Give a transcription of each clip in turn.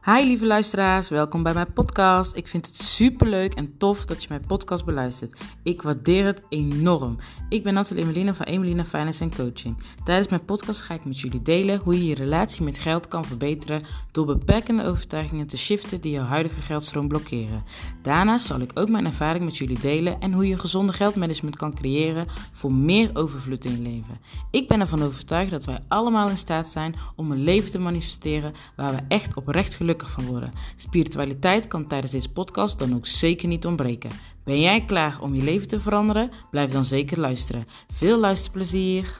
Hi lieve luisteraars, welkom bij mijn podcast. Ik vind het superleuk en tof dat je mijn podcast beluistert. Ik waardeer het enorm. Ik ben Nathalie Emelina van Emelina Finance Coaching. Tijdens mijn podcast ga ik met jullie delen hoe je je relatie met geld kan verbeteren door beperkende overtuigingen te shiften die jouw huidige geldstroom blokkeren. Daarnaast zal ik ook mijn ervaring met jullie delen en hoe je gezonde geldmanagement kan creëren voor meer overvloed in je leven. Ik ben ervan overtuigd dat wij allemaal in staat zijn om een leven te manifesteren waar we echt oprecht gelukkig van worden. Spiritualiteit kan tijdens deze podcast dan ook zeker niet ontbreken. Ben jij klaar om je leven te veranderen? Blijf dan zeker luisteren. Veel luisterplezier!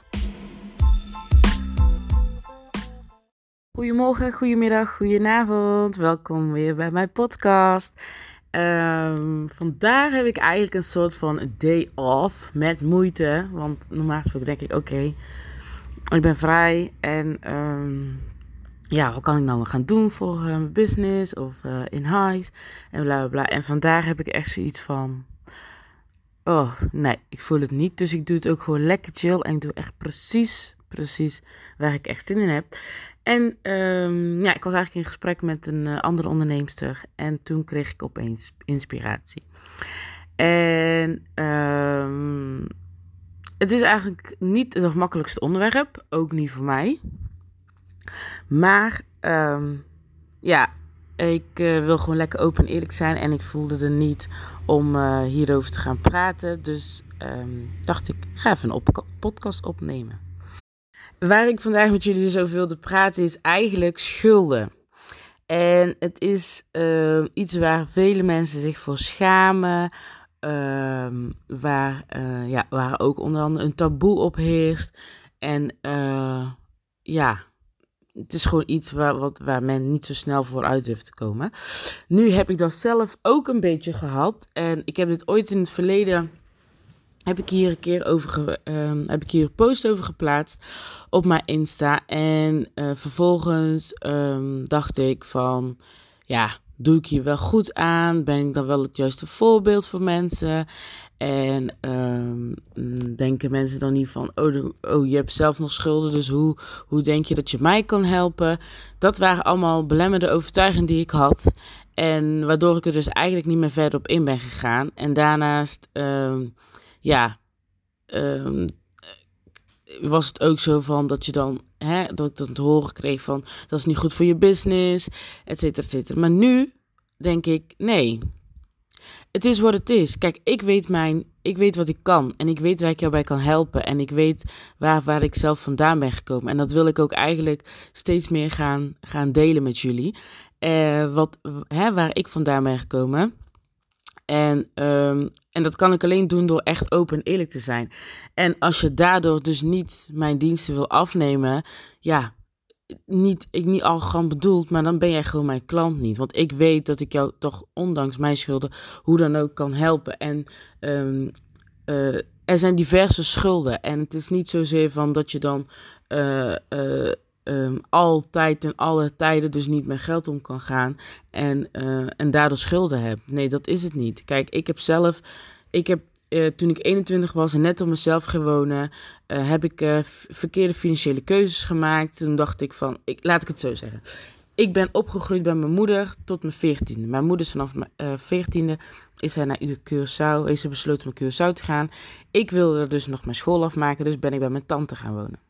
Goedemorgen, goedemiddag, goedenavond. Welkom weer bij mijn podcast. Vandaag heb ik eigenlijk een soort van day off met moeite. Want normaal gesproken denk ik, oké, ik ben vrij en wat kan ik nou gaan doen voor mijn business of in huis en bla bla bla. En vandaag heb ik echt zoiets van, nee, ik voel het niet. Dus ik doe het ook gewoon lekker chill en ik doe echt precies waar ik echt zin in heb. En ik was eigenlijk in gesprek met een andere onderneemster en toen kreeg ik opeens inspiratie. En het is eigenlijk niet het makkelijkste onderwerp, ook niet voor mij. Maar ik wil gewoon lekker open en eerlijk zijn en ik voelde er niet om hierover te gaan praten. Dus dacht ik, ga even een podcast opnemen. Waar ik vandaag met jullie dus over wilde praten is eigenlijk schulden. En het is iets waar vele mensen zich voor schamen. Waar ook onder andere een taboe op heerst. En het is gewoon iets waar men niet zo snel voor uit durft te komen. Nu heb ik dat zelf ook een beetje gehad. En ik heb dit ooit in het verleden, heb ik hier een post over geplaatst op mijn Insta. En vervolgens dacht ik van, doe ik hier wel goed aan? Ben ik dan wel het juiste voorbeeld voor mensen? En denken mensen dan niet van, je hebt zelf nog schulden, dus hoe denk je dat je mij kan helpen? Dat waren allemaal belemmerde overtuigingen die ik had. En waardoor ik er dus eigenlijk niet meer verder op in ben gegaan. En daarnaast, was het ook zo van dat je dan, dat ik dan te horen kreeg van, dat is niet goed voor je business, et cetera, et cetera. Maar nu denk ik, nee, het is wat het is. Kijk, ik weet wat ik kan en ik weet waar ik jou bij kan helpen en ik weet waar ik zelf vandaan ben gekomen. En dat wil ik ook eigenlijk steeds meer gaan delen met jullie, waar ik vandaan ben gekomen. En dat kan ik alleen doen door echt open en eerlijk te zijn. En als je daardoor dus niet mijn diensten wil afnemen, niet arrogant bedoeld, maar dan ben jij gewoon mijn klant niet. Want ik weet dat ik jou toch, ondanks mijn schulden, hoe dan ook kan helpen. En er zijn diverse schulden. En het is niet zozeer van dat je dan altijd en alle tijden dus niet met geld om kan gaan en daardoor schulden hebt. Nee, dat is het niet. Kijk, ik heb toen ik 21 was en net op mezelf ging wonen, heb ik verkeerde financiële keuzes gemaakt. Toen dacht ik van, laat ik het zo zeggen. Ik ben opgegroeid bij mijn moeder tot mijn 14e. Mijn moeder is vanaf mijn 14e is zij naar Curaçao, heeft ze besloten om naar Curaçao te gaan. Ik wilde er dus nog mijn school afmaken, dus ben ik bij mijn tante gaan wonen.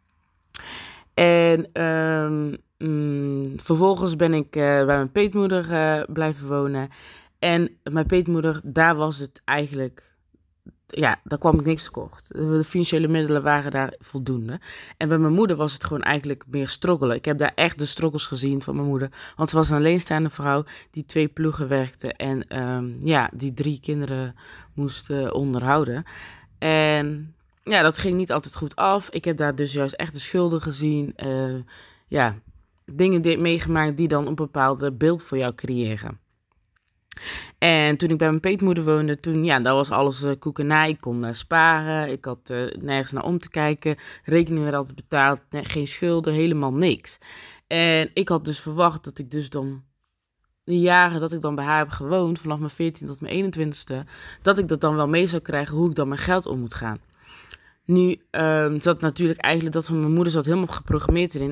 En vervolgens ben ik bij mijn peetmoeder blijven wonen. En mijn peetmoeder, daar was het eigenlijk, daar kwam ik niks tekort. De financiële middelen waren daar voldoende. En bij mijn moeder was het gewoon eigenlijk meer struggelen. Ik heb daar echt de struggles gezien van mijn moeder. Want ze was een alleenstaande vrouw die 2 ploegen werkte. En die 3 kinderen moest onderhouden. En dat ging niet altijd goed af. Ik heb daar dus juist echt de schulden gezien. Dingen meegemaakt die dan een bepaald beeld voor jou creëren. En toen ik bij mijn peetmoeder woonde, dat was alles koekenij. Ik kon sparen. Ik had nergens naar om te kijken. Rekeningen werden altijd betaald. Nee, geen schulden, helemaal niks. En ik had dus verwacht dat ik dus dan de jaren dat ik dan bij haar heb gewoond, vanaf mijn 14 tot mijn 21ste, dat ik dat dan wel mee zou krijgen hoe ik dan met geld om moet gaan. Nu zat natuurlijk eigenlijk dat van mijn moeder zat helemaal geprogrammeerd erin.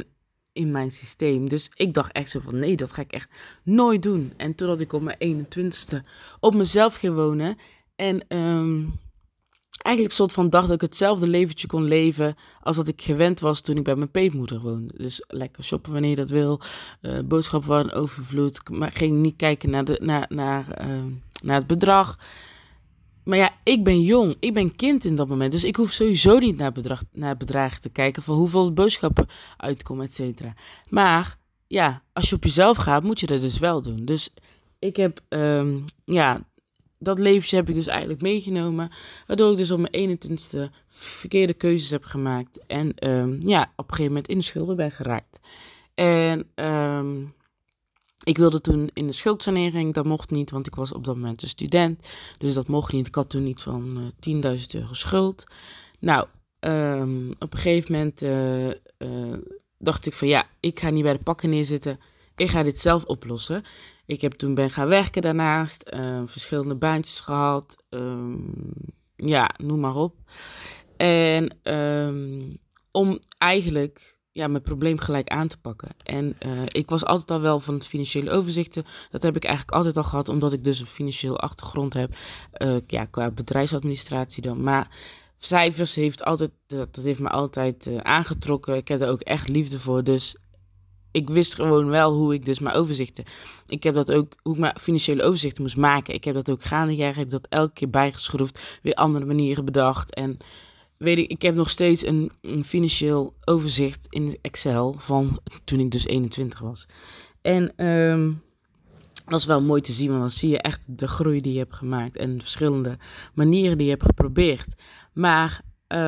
in mijn systeem. Dus ik dacht echt zo van, nee, dat ga ik echt nooit doen. En totdat ik op mijn 21ste op mezelf ging wonen. En eigenlijk soort van dacht dat ik hetzelfde leventje kon leven als dat ik gewend was toen ik bij mijn peetmoeder woonde. Dus lekker shoppen wanneer je dat wil. Boodschappen waren overvloed. Maar ging niet kijken naar het bedrag. Maar ja, ik ben jong. Ik ben kind in dat moment. Dus ik hoef sowieso niet naar bedragen te kijken van hoeveel boodschappen uitkomen, et cetera. Maar ja, als je op jezelf gaat, moet je dat dus wel doen. Dus ik heb, dat leventje heb ik dus eigenlijk meegenomen. Waardoor ik dus op mijn 21ste verkeerde keuzes heb gemaakt. En op een gegeven moment in de schulden ben geraakt. En ik wilde toen in de schuldsanering. Dat mocht niet, want ik was op dat moment een student. Dus dat mocht niet. Ik had toen niet van 10.000 euro schuld. Nou, op een gegeven moment dacht ik van ja, ik ga niet bij de pakken neerzitten. Ik ga dit zelf oplossen. Ik heb toen ben gaan werken daarnaast. Verschillende baantjes gehad. Noem maar op. En om eigenlijk mijn probleem gelijk aan te pakken. En ik was altijd al wel van het financiële overzichten. Dat heb ik eigenlijk altijd al gehad, omdat ik dus een financieel achtergrond heb. Qua bedrijfsadministratie dan. Maar cijfers dat heeft me altijd aangetrokken. Ik heb daar ook echt liefde voor. Dus ik wist gewoon wel hoe ik dus mijn overzichten... Ik heb dat ook, hoe ik mijn financiële overzichten moest maken. Ik heb dat ook gaande jaren, heb dat elke keer bijgeschroefd. Weer andere manieren bedacht. En ik heb nog steeds een financieel overzicht in Excel van toen ik dus 21 was. En dat is wel mooi te zien, want dan zie je echt de groei die je hebt gemaakt. En de verschillende manieren die je hebt geprobeerd. Maar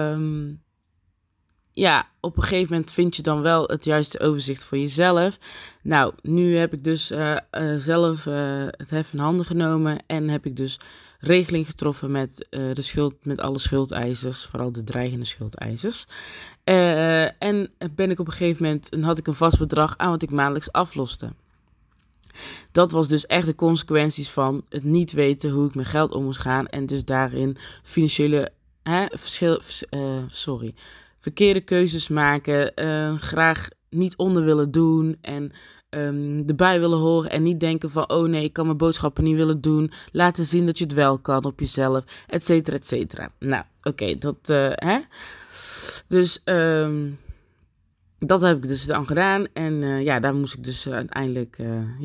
op een gegeven moment vind je dan wel het juiste overzicht voor jezelf. Nou, nu heb ik dus zelf het hef in handen genomen en heb ik dus regeling getroffen met met alle schuldeisers, vooral de dreigende schuldeisers. En ben ik op een gegeven moment, had ik een vast bedrag aan wat ik maandelijks afloste. Dat was dus echt de consequenties van het niet weten hoe ik met geld om moest gaan en dus daarin verkeerde keuzes maken, graag niet onder willen doen en erbij willen horen en niet denken van oh nee, ik kan mijn boodschappen niet willen doen, laten zien dat je het wel kan op jezelf, et cetera, et cetera. Nou, oké, Dus dat heb ik dus dan gedaan en daar moest ik dus uiteindelijk,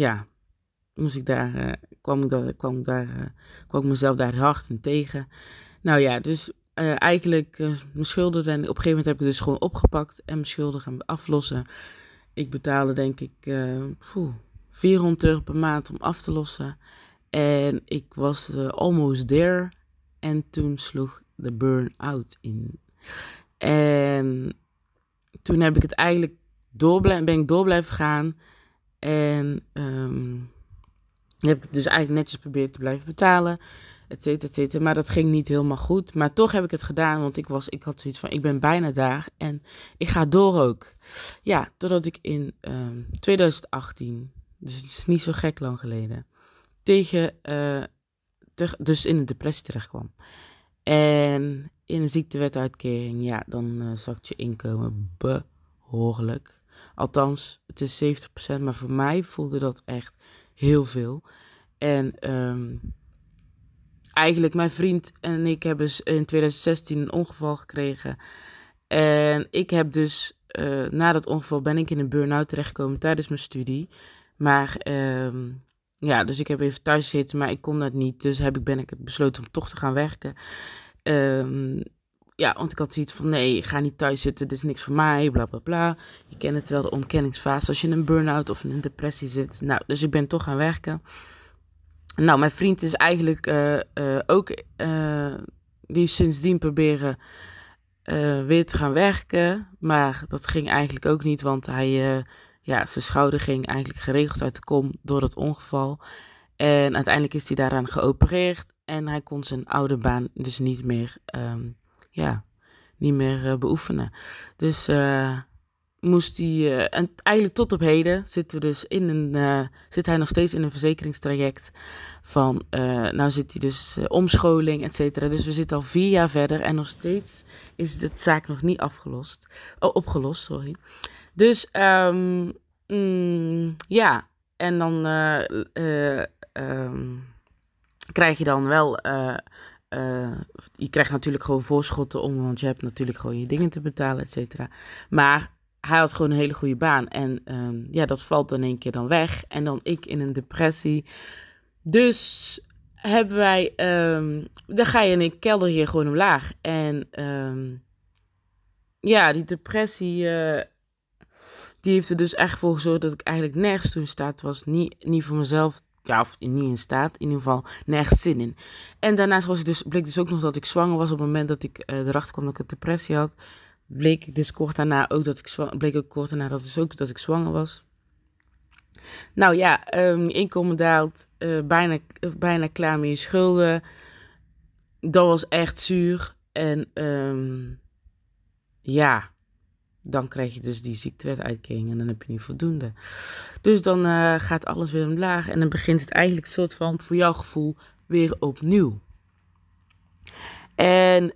kwam ik mezelf daar hard in tegen. Nou ja, dus eigenlijk mijn schulden, en op een gegeven moment heb ik het dus gewoon opgepakt en mijn schulden gaan aflossen. Ik betaalde denk ik €400 per maand om af te lossen. En ik was almost there. En toen sloeg de burn-out in. En toen heb ik het eigenlijk ben ik door blijven gaan. En heb ik het dus eigenlijk netjes geprobeerd te blijven betalen. Et cetera, et cetera. Maar dat ging niet helemaal goed. Maar toch heb ik het gedaan, want ik had zoiets van, ik ben bijna daar en ik ga door ook. Ja, totdat ik in 2018, dus het is niet zo gek lang geleden, dus in een depressie terecht kwam. En in een ziektewetuitkering, dan zakt je inkomen behoorlijk. Althans, het is 70%, maar voor mij voelde dat echt heel veel. En eigenlijk mijn vriend en ik hebben in 2016 een ongeval gekregen. En ik heb dus, na dat ongeval ben ik in een burn-out terechtgekomen tijdens mijn studie. Maar dus ik heb even thuis gezeten, maar ik kon dat niet. Dus ben ik besloten om toch te gaan werken. Want ik had zoiets van, nee, ik ga niet thuis zitten, dit is niks voor mij, bla bla bla. Je kent het wel, de ontkenningsfase als je in een burn-out of in een depressie zit. Nou, dus ik ben toch gaan werken. Nou, mijn vriend is eigenlijk die is sindsdien proberen weer te gaan werken. Maar dat ging eigenlijk ook niet, want zijn schouder ging eigenlijk geregeld uit de kom door het ongeval. En uiteindelijk is hij daaraan geopereerd en hij kon zijn oude baan dus niet meer beoefenen. Dus moest hij, en eigenlijk tot op heden zit hij nog steeds in een verzekeringstraject van, nou zit hij dus omscholing, et cetera. Dus we zitten al 4 jaar verder en nog steeds is de zaak nog niet opgelost, sorry. Dus ja, en dan krijg je dan wel... je krijgt natuurlijk gewoon voorschotten om, want je hebt natuurlijk gewoon je dingen te betalen, et cetera. Maar hij had gewoon een hele goede baan. En ja, dat valt dan in één keer dan weg. En dan ik in een depressie. Dus hebben wij... dan ga je in een kelder hier gewoon omlaag. En ja, die depressie... die heeft er dus echt voor gezorgd dat ik eigenlijk nergens toe in staat was. Niet voor mezelf. Ja, of niet in staat. In ieder geval nergens zin in. En daarnaast bleek dus ook nog dat ik zwanger was op het moment dat ik erachter kwam dat ik een depressie had. Bleek dus kort daarna ook dat ik zwanger was. Nou ja, je inkomen daalt, bijna klaar met je schulden. Dat was echt zuur. En ja, dan krijg je dus die ziektewetuitkering en dan heb je niet voldoende. Dus dan gaat alles weer omlaag en dan begint het eigenlijk soort van, voor jouw gevoel, weer opnieuw. En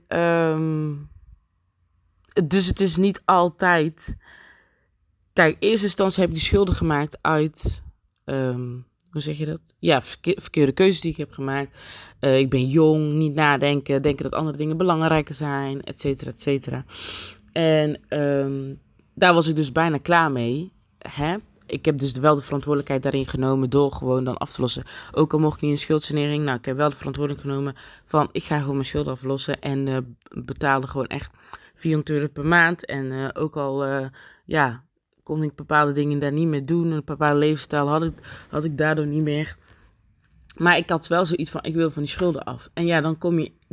dus het is niet altijd... Kijk, in eerste instantie heb ik die schulden gemaakt uit... hoe zeg je dat? Ja, verkeerde keuzes die ik heb gemaakt. Ik ben jong, niet nadenken, denken dat andere dingen belangrijker zijn, et cetera, et cetera. En daar was ik dus bijna klaar mee. Hè? Ik heb dus wel de verantwoordelijkheid daarin genomen door gewoon dan af te lossen. Ook al mocht ik niet in schuldsanering. Nou, ik heb wel de verantwoordelijkheid genomen van ik ga gewoon mijn schulden aflossen. En betaalde gewoon echt €400 per maand. En ook al kon ik bepaalde dingen daar niet meer doen. Een bepaalde levensstijl had ik daardoor niet meer. Maar ik had wel zoiets van ik wil van die schulden af. En ja, dan kom je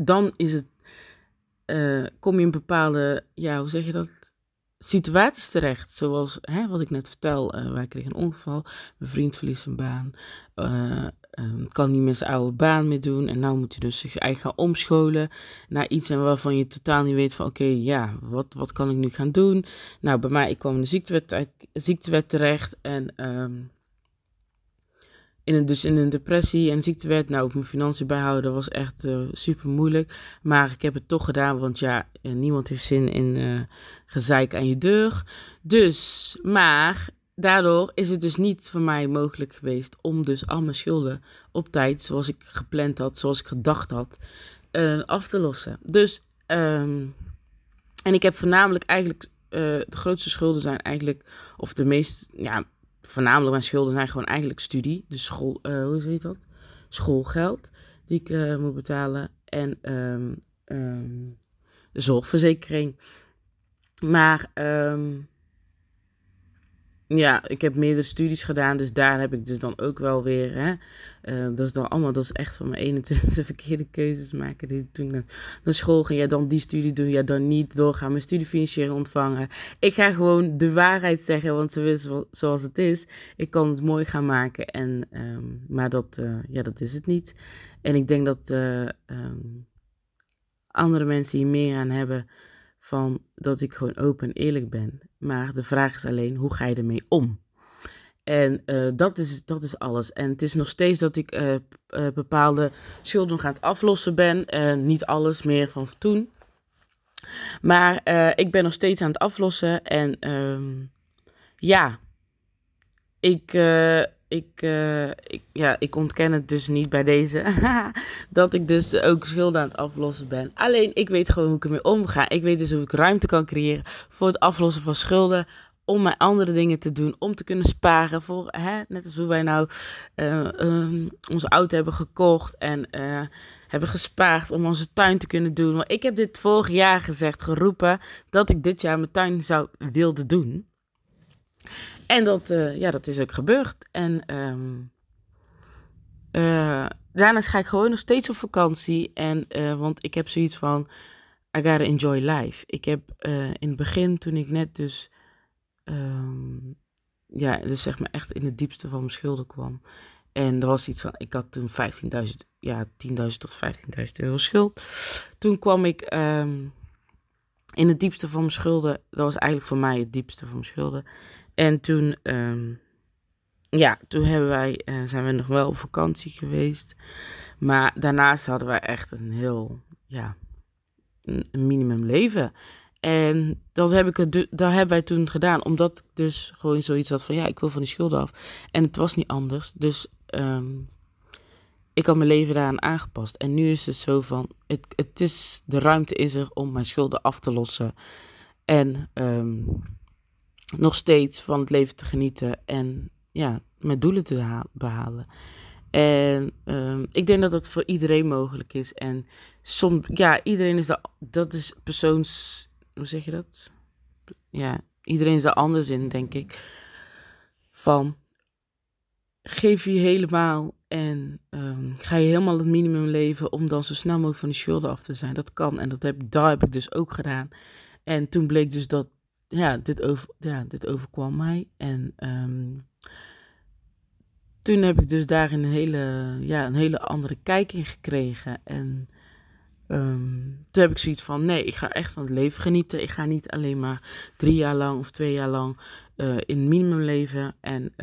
in een bepaalde, ja, hoe zeg je dat, situaties terecht. Zoals wat ik net vertel, wij kregen een ongeval, mijn vriend verliest zijn baan, kan niet meer zijn oude baan meer doen en nou moet je dus zich eigen gaan omscholen naar iets en waarvan je totaal niet weet van oké, wat kan ik nu gaan doen? Nou, bij mij, ik kwam in de ziektewet terecht en in een depressie en ziektewet. Nou, op mijn financiën bijhouden was echt super moeilijk. Maar ik heb het toch gedaan, want ja, niemand heeft zin in gezeik aan je deur. Dus, maar daardoor is het dus niet voor mij mogelijk geweest om dus al mijn schulden op tijd, zoals ik gepland had, zoals ik gedacht had, af te lossen. Dus, en ik heb voornamelijk eigenlijk, de grootste schulden zijn eigenlijk, of de meest, ja, voornamelijk mijn schulden zijn gewoon eigenlijk studie. Dus school, hoe heet dat? Schoolgeld die ik moet betalen. En de zorgverzekering. Maar ja, ik heb meerdere studies gedaan. Dus daar heb ik dus dan ook wel weer... dat is echt van mijn 21 verkeerde keuzes maken. Die toen naar school ging. Ja, dan die studie doen. Ja, dan niet doorgaan. Mijn studiefinanciering ontvangen. Ik ga gewoon de waarheid zeggen. Want ze wist zoals het is. Ik kan het mooi gaan maken. Maar dat is het niet. En ik denk dat andere mensen hier meer aan hebben... van dat ik gewoon open en eerlijk ben. Maar de vraag is alleen, hoe ga je ermee om? En dat is alles. En het is nog steeds dat ik bepaalde schulden nog aan het aflossen ben. Niet alles meer van toen. Maar ik ben nog steeds aan het aflossen. En ja, ik ontken het dus niet bij deze. Dat ik dus ook schulden aan het aflossen ben. Alleen, ik weet gewoon hoe ik ermee omga. Ik weet dus hoe ik ruimte kan creëren voor het aflossen van schulden. Om mijn andere dingen te doen. Om te kunnen sparen voor, net als hoe wij nou onze auto hebben gekocht. En hebben gespaard om onze tuin te kunnen doen. Want ik heb dit vorig jaar geroepen. Dat ik dit jaar mijn tuin wilde doen. En dat is ook gebeurd. En daarna ga ik gewoon nog steeds op vakantie. Want ik heb zoiets van, I gotta enjoy life. Ik heb in het begin, toen ik net dus zeg maar echt in het diepste van mijn schulden kwam. En er was iets van, ik had toen 10.000 tot 15.000 euro schuld. Toen kwam ik in het diepste van mijn schulden. Dat was eigenlijk voor mij het diepste van mijn schulden. En toen, zijn we nog wel op vakantie geweest. Maar daarnaast hadden wij echt een heel, een minimum leven. En dat hebben wij toen gedaan, omdat ik dus gewoon zoiets had van, ja, ik wil van die schulden af. En het was niet anders, dus ik had mijn leven daaraan aangepast. En nu is het zo van, de ruimte is er om mijn schulden af te lossen. En nog steeds van het leven te genieten en ja, mijn doelen te behalen. En ik denk dat dat voor iedereen mogelijk is. En soms, ja, iedereen is dat is hoe zeg je dat? Ja, iedereen is daar anders in, denk ik. Van, geef je helemaal en ga je helemaal het minimum leven om dan zo snel mogelijk van die schulden af te zijn. Dat kan en daar heb ik dus ook gedaan. En toen bleek dus dat, ja, dit overkwam mij. En toen heb ik dus daarin een hele andere kijk in gekregen. En toen heb ik zoiets van, nee, ik ga echt van het leven genieten. Ik ga niet alleen maar 3 jaar lang of 2 jaar lang in minimum leven.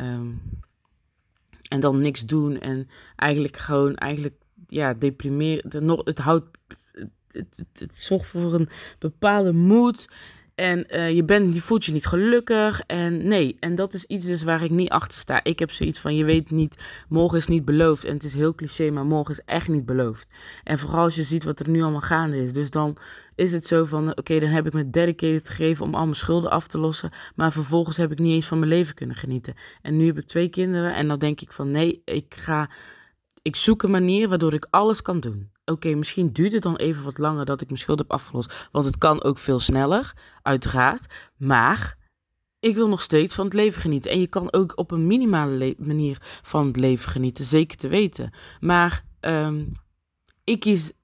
En dan niks doen. En eigenlijk deprimeren. Het zorgt voor een bepaalde moed. En je voelt je niet gelukkig. En dat is iets dus waar ik niet achter sta. Ik heb zoiets van, je weet niet, morgen is niet beloofd. En het is heel cliché, maar morgen is echt niet beloofd. En vooral als je ziet wat er nu allemaal gaande is. Dus dan is het zo van, oké, dan heb ik me dedicated gegeven om al mijn schulden af te lossen. Maar vervolgens heb ik niet eens van mijn leven kunnen genieten. En nu heb ik 2 kinderen en dan denk ik van, nee, ik zoek een manier waardoor ik alles kan doen. Oké, misschien duurt het dan even wat langer dat ik mijn schuld heb afgelost. Want het kan ook veel sneller, uiteraard. Maar ik wil nog steeds van het leven genieten. En je kan ook op een minimale manier van het leven genieten, zeker te weten. Maar ik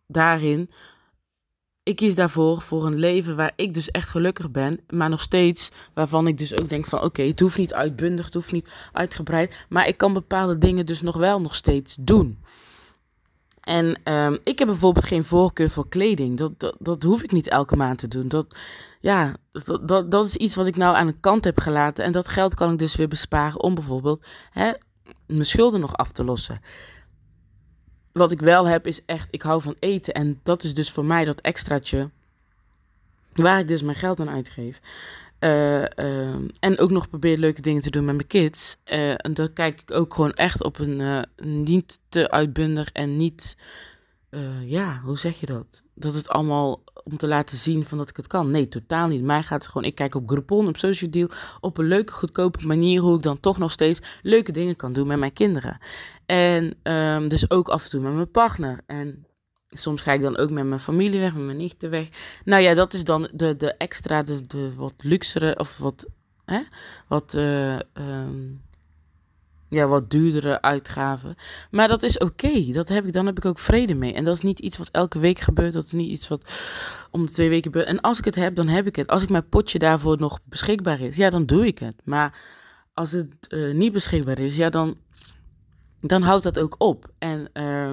kies daarvoor voor een leven waar ik dus echt gelukkig ben. Maar nog steeds waarvan ik dus ook denk van, oké, het hoeft niet uitbundig, het hoeft niet uitgebreid. Maar ik kan bepaalde dingen dus nog steeds doen. En ik heb bijvoorbeeld geen voorkeur voor kleding. Dat hoef ik niet elke maand te doen. Dat is iets wat ik nou aan de kant heb gelaten. En dat geld kan ik dus weer besparen om bijvoorbeeld mijn schulden nog af te lossen. Wat ik wel heb is echt, ik hou van eten. En dat is dus voor mij dat extraatje waar ik dus mijn geld aan uitgeef. En ook nog probeer leuke dingen te doen met mijn kids. En daar kijk ik ook gewoon echt op een niet te uitbundig en niet, hoe zeg je dat? Dat het allemaal om te laten zien van dat ik het kan. Nee, totaal niet. Mij gaat het gewoon, ik kijk op Groupon, op Social Deal, op een leuke, goedkope manier hoe ik dan toch nog steeds leuke dingen kan doen met mijn kinderen. En dus ook af en toe met mijn partner. En soms ga ik dan ook met mijn familie weg, met mijn nichten weg. Nou ja, dat is dan de extra, de wat luxere of wat duurdere uitgaven. Maar dat is oké. Dan heb ik ook vrede mee. En dat is niet iets wat elke week gebeurt. Dat is niet iets wat om de 2 weken gebeurt. En als ik het heb, dan heb ik het. Als ik mijn potje daarvoor nog beschikbaar is, ja, dan doe ik het. Maar als het niet beschikbaar is, ja, dan houdt dat ook op. En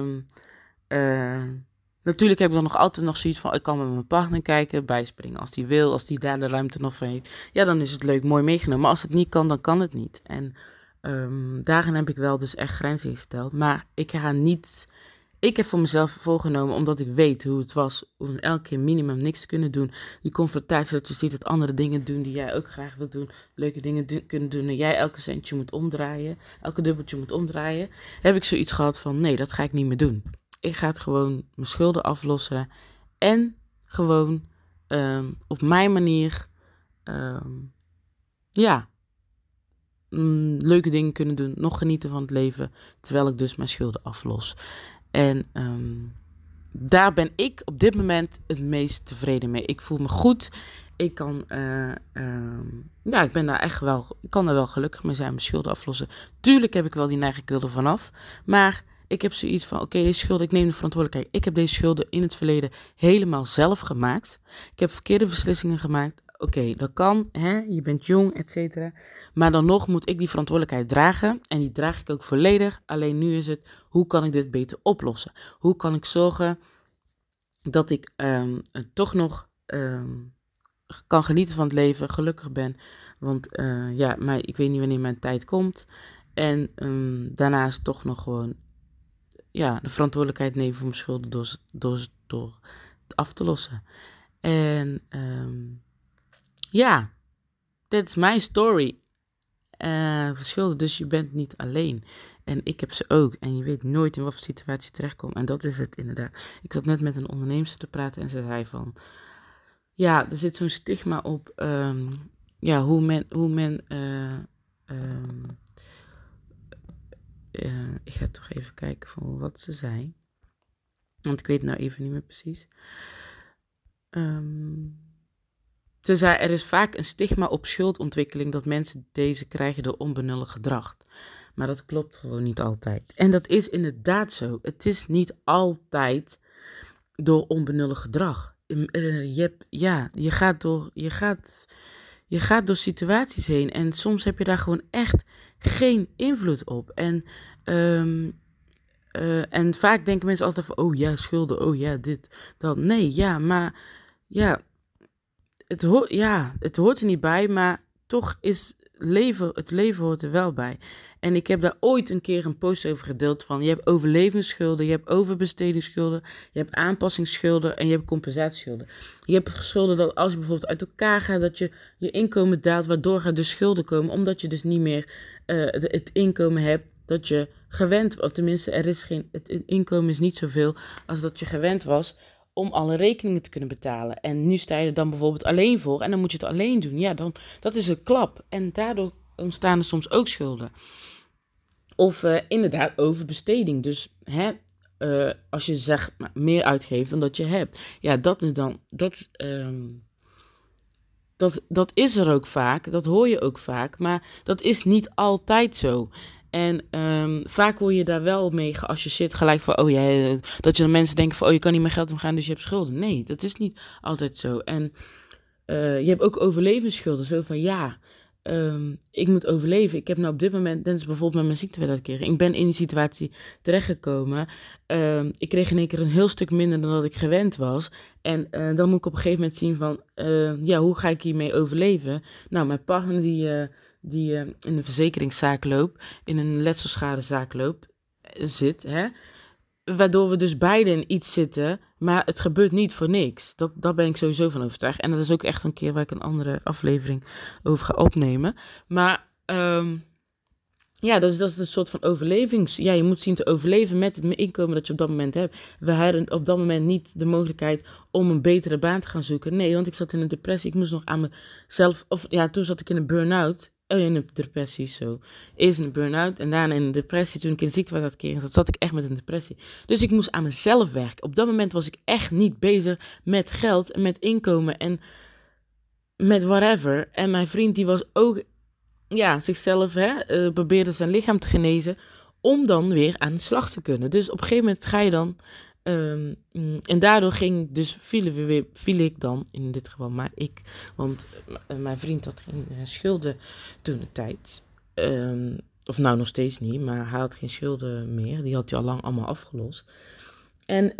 natuurlijk heb ik dan nog altijd nog zoiets van, ik kan met mijn partner kijken, bijspringen als die wil, als die daar de ruimte nog van heeft. Ja, dan is het leuk, mooi meegenomen. Maar als het niet kan, dan kan het niet. En daarin heb ik wel dus echt grenzen gesteld. Maar ik heb voor mezelf voorgenomen, omdat ik weet hoe het was om elke keer minimum niks te kunnen doen. Die confrontatie dat je ziet dat andere dingen doen die jij ook graag wilt doen. Leuke dingen kunnen doen en jij elke centje moet omdraaien. Elke dubbeltje moet omdraaien. Heb ik zoiets gehad van, nee, dat ga ik niet meer doen. Ik ga het gewoon mijn schulden aflossen. En gewoon op mijn manier leuke dingen kunnen doen. Nog genieten van het leven. Terwijl ik dus mijn schulden aflos. En daar ben ik op dit moment het meest tevreden mee. Ik voel me goed. Ik kan, ik ben daar echt wel, ik kan er wel gelukkig mee zijn, mijn schulden aflossen. Tuurlijk heb ik wel die neiging, ik wil er vanaf. Maar ik heb zoiets van, oké, deze schulden, ik neem de verantwoordelijkheid. Ik heb deze schulden in het verleden helemaal zelf gemaakt. Ik heb verkeerde beslissingen gemaakt. Oké, dat kan, je bent jong, et cetera. Maar dan nog moet ik die verantwoordelijkheid dragen. En die draag ik ook volledig. Alleen nu is het, hoe kan ik dit beter oplossen? Hoe kan ik zorgen dat ik toch nog kan genieten van het leven, gelukkig ben. Want ik weet niet wanneer mijn tijd komt. En daarnaast toch nog gewoon de verantwoordelijkheid nemen voor mijn schulden door het af te lossen. En ja, that's my story. Verschillen, dus je bent niet alleen. En ik heb ze ook. En je weet nooit in wat voor situatie je terechtkomt. En dat is het inderdaad. Ik zat net met een onderneemster te praten en ze zei van... Ja, er zit zo'n stigma op hoe men ik ga toch even kijken van wat ze zei. Want ik weet nou even niet meer precies. Ze zei, er is vaak een stigma op schuldontwikkeling dat mensen deze krijgen door onbenullig gedrag. Maar dat klopt gewoon niet altijd. En dat is inderdaad zo. Het is niet altijd door onbenullig gedrag. Je gaat door situaties heen en soms heb je daar gewoon echt geen invloed op. En vaak denken mensen altijd van, oh ja, schulden, oh ja, dit, dat. Nee, ja, maar ja, het hoort er niet bij, maar toch is het leven hoort er wel bij. En ik heb daar ooit een keer een post over gedeeld van, je hebt overlevingsschulden, je hebt overbestedingsschulden, je hebt aanpassingsschulden en je hebt compensatieschulden. Je hebt schulden dat als je bijvoorbeeld uit elkaar gaat, dat je inkomen daalt, waardoor er dus schulden komen, omdat je dus niet meer het inkomen hebt dat je gewend was. Tenminste, het inkomen is niet zoveel als dat je gewend was om alle rekeningen te kunnen betalen. En nu sta je er dan bijvoorbeeld alleen voor en dan moet je het alleen doen. Ja, dat is een klap. En daardoor ontstaan er soms ook schulden. Of inderdaad overbesteding. Dus als je zeg maar meer uitgeeft dan dat je hebt. Ja, dat is dan... Dat is er ook vaak, dat hoor je ook vaak, maar dat is niet altijd zo. En vaak word je daar wel mee geassocieerd gelijk van, dat je dan mensen denken van, je kan niet meer geld omgaan, dus je hebt schulden. Nee, dat is niet altijd zo. En je hebt ook overlevingsschulden, zo van, ik moet overleven. Ik heb nou op dit moment, net als bijvoorbeeld met mijn ziektewetsuitkering, ik ben in die situatie terechtgekomen. Ik kreeg in één keer een heel stuk minder dan dat ik gewend was. En dan moet ik op een gegeven moment zien van, hoe ga ik hiermee overleven? Nou, mijn partner die in een verzekeringszaak loopt, in een letselschadezaak zit, waardoor we dus beiden in iets zitten, maar het gebeurt niet voor niks. Daar ben ik sowieso van overtuigd. En dat is ook echt een keer waar ik een andere aflevering over ga opnemen. Maar dat is een soort van overlevings... Ja, je moet zien te overleven met het inkomen dat je op dat moment hebt. We hadden op dat moment niet de mogelijkheid om een betere baan te gaan zoeken. Nee, want ik zat in een depressie. Ik moest nog aan mezelf... toen zat ik in een burn-out. In een depressie, zo. Eerst in een burn-out en daarna in een depressie. Toen ik in de ziektewetsuitkering zat ik echt met een depressie. Dus ik moest aan mezelf werken. Op dat moment was ik echt niet bezig met geld en met inkomen en met whatever. En mijn vriend die was ook, zichzelf, probeerde zijn lichaam te genezen om dan weer aan de slag te kunnen. Dus op een gegeven moment ga je dan... en daardoor viel ik dan, in dit geval maar ik, want mijn vriend had geen schulden toen de tijd, of nou nog steeds niet, maar hij had geen schulden meer, die had hij al lang allemaal afgelost. En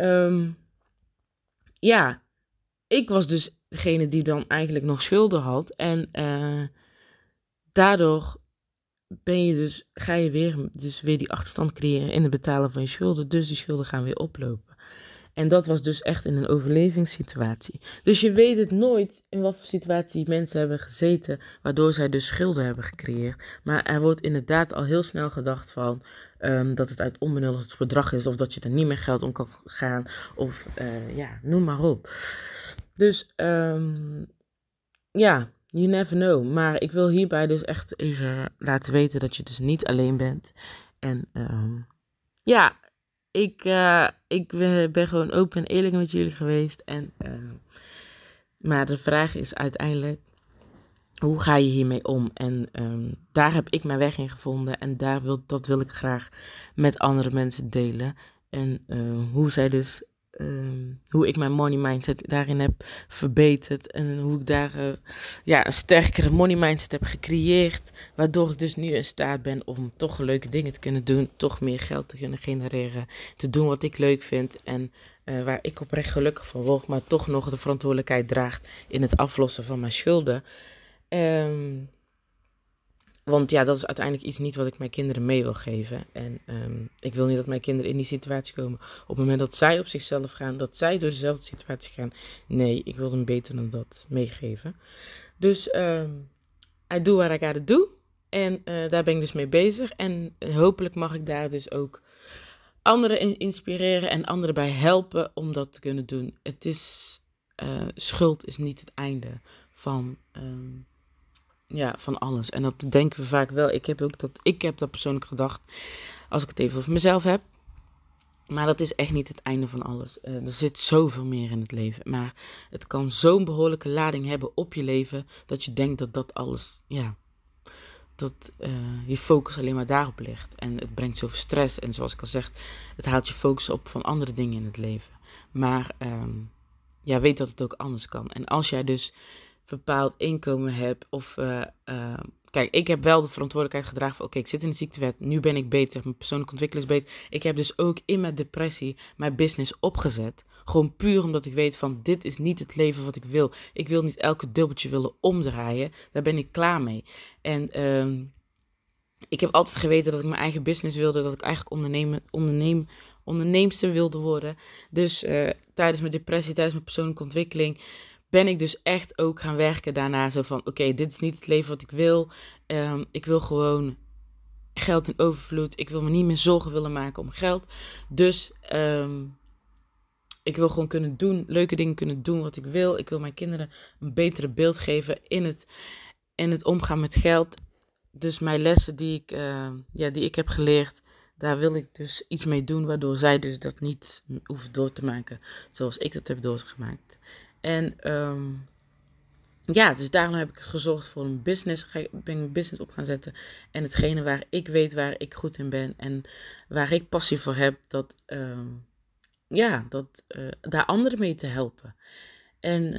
ik was dus degene die dan eigenlijk nog schulden had en daardoor ga je weer die achterstand creëren in het betalen van je schulden. Dus die schulden gaan weer oplopen. En dat was dus echt in een overlevingssituatie. Dus je weet het nooit in wat voor situatie mensen hebben gezeten, waardoor zij dus schulden hebben gecreëerd. Maar er wordt inderdaad al heel snel gedacht van dat het uit onbenulligd bedrag is, of dat je er niet meer geld om kan gaan, of noem maar op. Dus you never know. Maar ik wil hierbij dus echt even laten weten dat je dus niet alleen bent. En ik ben gewoon open en eerlijk met jullie geweest. Maar de vraag is uiteindelijk, hoe ga je hiermee om? En daar heb ik mijn weg in gevonden. En dat wil ik graag met andere mensen delen. En hoe ik mijn money mindset daarin heb verbeterd. En hoe ik daar een sterkere money mindset heb gecreëerd. Waardoor ik dus nu in staat ben om toch leuke dingen te kunnen doen. Toch meer geld te kunnen genereren. Te doen wat ik leuk vind. En waar ik oprecht gelukkig van word. Maar toch nog de verantwoordelijkheid draagt in het aflossen van mijn schulden. Want dat is uiteindelijk iets niet wat ik mijn kinderen mee wil geven. En ik wil niet dat mijn kinderen in die situatie komen. Op het moment dat zij op zichzelf gaan, dat zij door dezelfde situatie gaan. Nee, ik wil hem beter dan dat meegeven. Dus I do what I gotta do. En daar ben ik dus mee bezig. En hopelijk mag ik daar dus ook anderen inspireren en anderen bij helpen om dat te kunnen doen. Het is, schuld is niet het einde van alles. En dat denken we vaak wel. Ik heb dat persoonlijk gedacht, als ik het even over mezelf heb. Maar dat is echt niet het einde van alles. Er zit zoveel meer in het leven. Maar het kan zo'n behoorlijke lading hebben op je leven, dat je denkt dat alles, dat je focus alleen maar daarop ligt. En het brengt zoveel stress. En zoals ik al zeg, het haalt je focus op van andere dingen in het leven. Maar weet dat het ook anders kan. En als jij dus bepaald inkomen hebt of... Kijk, ik heb wel de verantwoordelijkheid gedragen van... Oké, ik zit in de ziektewet, nu ben ik beter, mijn persoonlijke ontwikkeling is beter. Ik heb dus ook in mijn depressie mijn business opgezet. Gewoon puur omdat ik weet van, dit is niet het leven wat ik wil. Ik wil niet elke dubbeltje willen omdraaien. Daar ben ik klaar mee. En ik heb altijd geweten dat ik mijn eigen business wilde. Dat ik eigenlijk onderneemster wilde worden. Dus tijdens mijn depressie, tijdens mijn persoonlijke ontwikkeling... ben ik dus echt ook gaan werken daarna zo van... Oké, dit is niet het leven wat ik wil. Ik wil gewoon geld in overvloed. Ik wil me niet meer zorgen willen maken om geld. Dus ik wil gewoon kunnen doen, leuke dingen kunnen doen wat ik wil. Ik wil mijn kinderen een betere beeld geven in het omgaan met geld. Dus mijn lessen die ik heb geleerd... daar wil ik dus iets mee doen... waardoor zij dus dat niet hoeft door te maken... zoals ik dat heb doorgemaakt. En dus daarom heb ik gezorgd voor een business. Ben ik mijn business op gaan zetten. En hetgene waar ik weet waar ik goed in ben. En waar ik passie voor heb. Daar anderen mee te helpen. En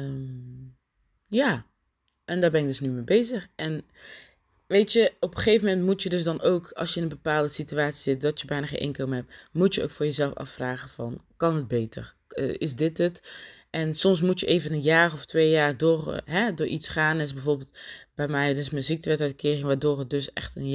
en daar ben ik dus nu mee bezig. En weet je, op een gegeven moment moet je dus dan ook... als je in een bepaalde situatie zit, dat je bijna geen inkomen hebt... moet je ook voor jezelf afvragen van... kan het beter? Is dit het? En soms moet je even een jaar of 2 jaar door iets gaan. Dat is bijvoorbeeld bij mij dus mijn ziektewetsuitkering... waardoor het dus echt een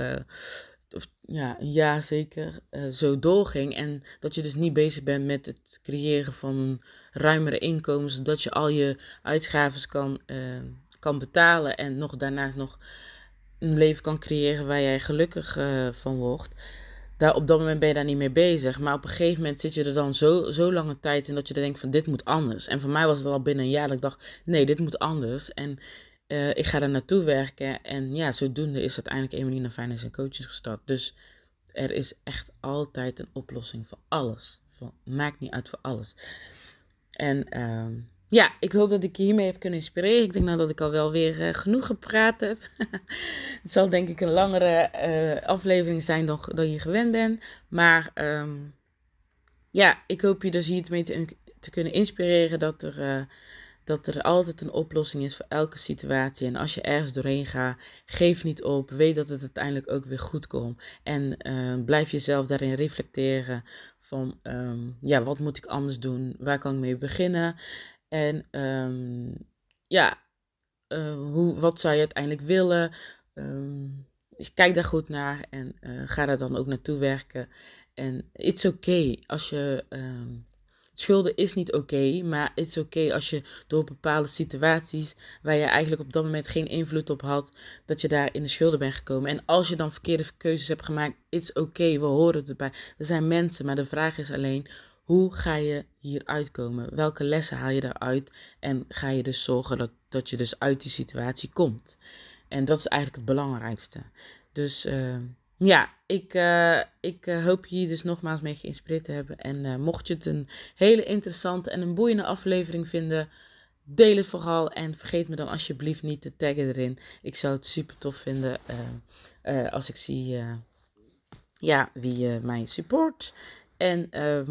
jaar zeker zo doorging. En dat je dus niet bezig bent met het creëren van een ruimere inkomen... zodat je al je uitgaven kan betalen... en daarnaast nog een leven kan creëren waar jij gelukkig van wordt... Op dat moment ben je daar niet mee bezig. Maar op een gegeven moment zit je er dan zo lange tijd in... dat je denkt van dit moet anders. En voor mij was het al binnen een jaar dat ik dacht... nee, dit moet anders. En ik ga daar naartoe werken. En zodoende is uiteindelijk Emelina Finance Coaching gestart. Dus er is echt altijd een oplossing voor alles. Maakt niet uit voor alles. En ik hoop dat ik je hiermee heb kunnen inspireren. Ik denk dat ik al wel weer genoeg gepraat heb. Het zal denk ik een langere aflevering zijn dan je gewend bent. Maar ik hoop je dus hiermee te kunnen inspireren dat er altijd een oplossing is voor elke situatie. En als je ergens doorheen gaat, geef niet op. Weet dat het uiteindelijk ook weer goed komt. En blijf jezelf daarin reflecteren van wat moet ik anders doen? Waar kan ik mee beginnen? En wat zou je uiteindelijk willen? Kijk daar goed naar en ga daar dan ook naartoe werken. En it's okay als je... schulden is niet oké, maar it's oké als je door bepaalde situaties... waar je eigenlijk op dat moment geen invloed op had... dat je daar in de schulden bent gekomen. En als je dan verkeerde keuzes hebt gemaakt... it's oké, we horen erbij. Er zijn mensen, maar de vraag is alleen... hoe ga je hier uitkomen? Welke lessen haal je daaruit? En ga je dus zorgen dat je dus uit die situatie komt? En dat is eigenlijk het belangrijkste. Dus ik hoop je hier dus nogmaals mee geïnspireerd te hebben. En mocht je het een hele interessante en een boeiende aflevering vinden... deel het vooral en vergeet me dan alsjeblieft niet te taggen erin. Ik zou het super tof vinden als ik zie wie mij support... En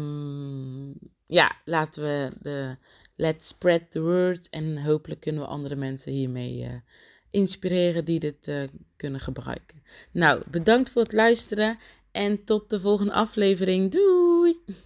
laten we let's spread the word. En hopelijk kunnen we andere mensen hiermee inspireren die dit kunnen gebruiken. Nou, bedankt voor het luisteren. En tot de volgende aflevering. Doei!